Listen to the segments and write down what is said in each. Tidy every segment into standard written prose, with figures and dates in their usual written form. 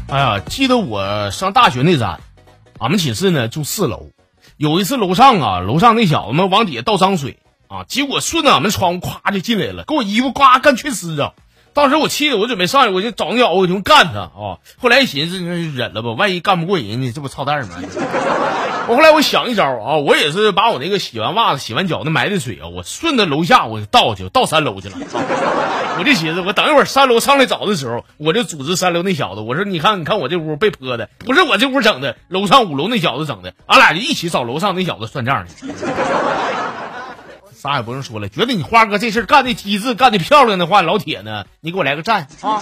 哎呀，记得我上大学那咱，俺们寝室呢住4楼，有一次楼上那小子们往底下倒脏水啊，结果顺着俺们窗户咵就进来了，给我衣服呱干全湿啊！当时我气的我准备上去，我就找那脚我就干他啊！后来一寻思，忍了吧，万一干不过人呢，这不操蛋吗？我后来我想一招啊，我也是把我那个洗完袜子、洗完脚那埋的水啊，我顺着楼下我就倒3楼去了。我就寻思，我等一会儿3楼上来找的时候，我就组织3楼那小子，我说你看我这屋被泼的，不是我这屋整的，楼上5楼那小子整的，俺俩就一起找楼上那小子算账去。啥也不用说了，觉得你花哥这事干的机智、干的漂亮的话，老铁呢，你给我来个赞啊！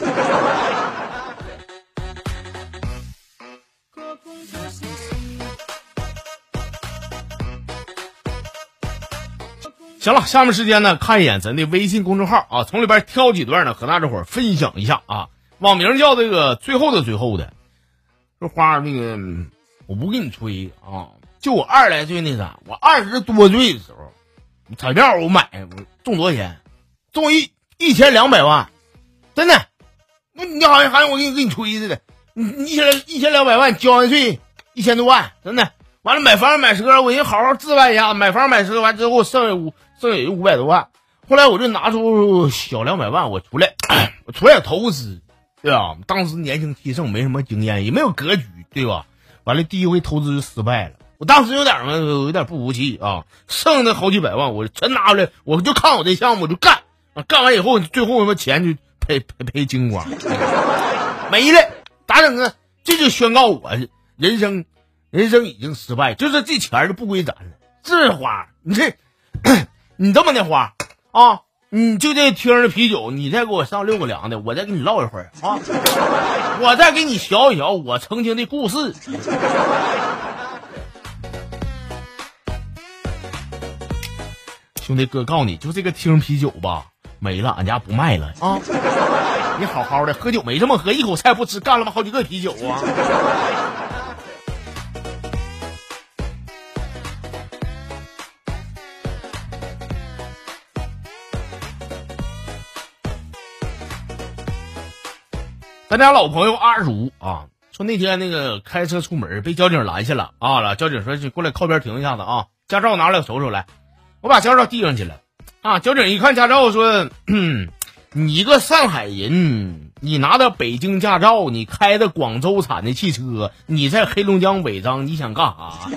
行了，下面时间呢，看一眼咱的微信公众号啊，从里边挑几段呢，和大家伙分享一下啊。网名叫这个最后的，说花那个，我不跟你吹啊，就我20来岁那啥，我20多岁的时候。彩票我买，我中多少钱？中1200万，真的。你好像我给你吹似的，你1200万交完税1000多万，真的。完了买房买车，我先好好置办一下，买房买车完之后剩下500多万。后来我就拿出小200万，我出来投资，对吧？当时年轻气盛，没什么经验，也没有格局，对吧？完了第一回投资就失败了。我当时有点不服气啊，剩的好几百万我全拿出来，我就看我这项目我就干，干完以后最后什么钱就赔精光，没了，咋整啊？这就宣告我人生已经失败，就是这钱就不归咱了。这花，你这么的花啊，你就这听着啤酒，你再给我上6个凉的，我再跟你唠一会儿啊，我再给你聊一聊我曾经的故事。兄弟哥，告诉你，就这个听啤酒吧，没了，俺家不卖了啊！你好好的喝酒没这么喝，一口菜不吃，干了吗？好几个啤酒啊！咱家老朋友25啊，说那天那个开车出门被交警拦下了啊，交警说过来靠边停一下子啊，驾照拿来瞅瞅来。我把驾照递上去了啊！交警一看驾照说：“你一个上海人，你拿的北京驾照，你开的广州产的汽车，你在黑龙江违章，你想干啥？”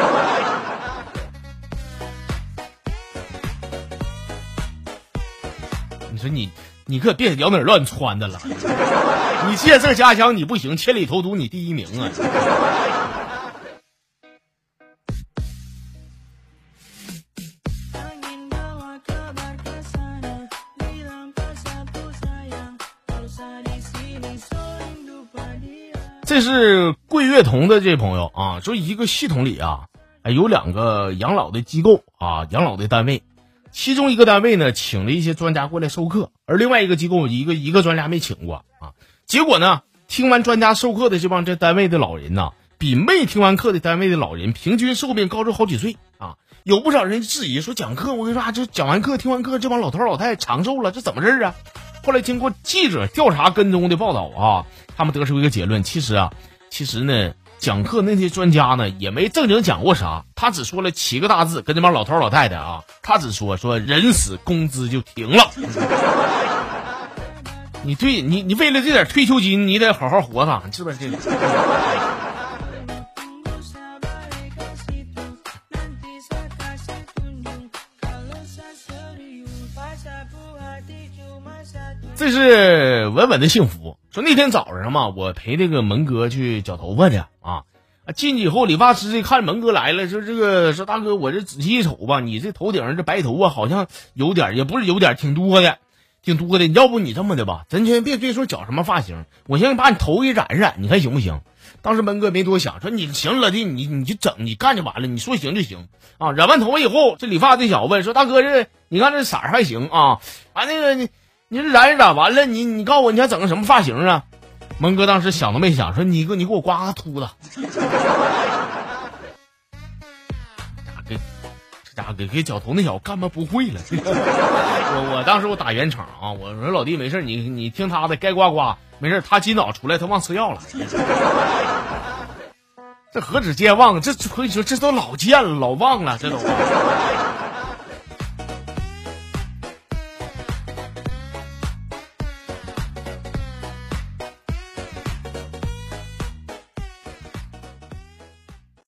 你说你可别聊哪儿乱窜的了，你建设家乡你不行，千里投毒你第1名啊！这是桂月彤的这朋友啊，说一个系统里啊，有2个养老的机构啊，养老的单位，其中一个单位呢请了一些专家过来授课，而另外一个机构一个专家没请过啊。结果呢，听完专家授课的这单位的老人呐，比没听完课的单位的老人平均寿命高出好几岁啊。有不少人质疑说讲课，我跟你说这讲完课听完课，这帮老头老太太长寿了，这怎么事啊？后来经过记者调查跟踪的报道啊，他们得出一个结论，其实呢，讲课那些专家呢也没正经讲过啥，他只说了7个大字，跟这帮老头老太太啊，他只说人死工资就停了。你为了这点退休金，你得好好活上，是不是这个？这是稳稳的幸福。说那天早上嘛，我陪这个门哥去绞头发去啊，进去以后理发师一看门哥来了，说大哥，我这仔细一瞅吧，你这头顶上这白头发好像有点，也不是有点，挺多的。要不你这么的吧，咱先别说绞什么发型，我先把你头给染染，你看行不行？当时门哥没多想，说你行了弟，你就整，你干就完了，你说行就行啊。染完头发以后，这理发这小子说大哥，你看这色儿还行啊，完那个你这染完了，你告诉我你想整个什么发型啊？门哥当时想都没想，说你给我刮个秃子。这家伙给绞头那小子干嘛不会了？我当时我打圆场啊，我说老弟没事，你听他的，该刮刮， 没事，他今早出来他忘吃药了。这何止健忘，这可以说这都老见了，老忘了，这都。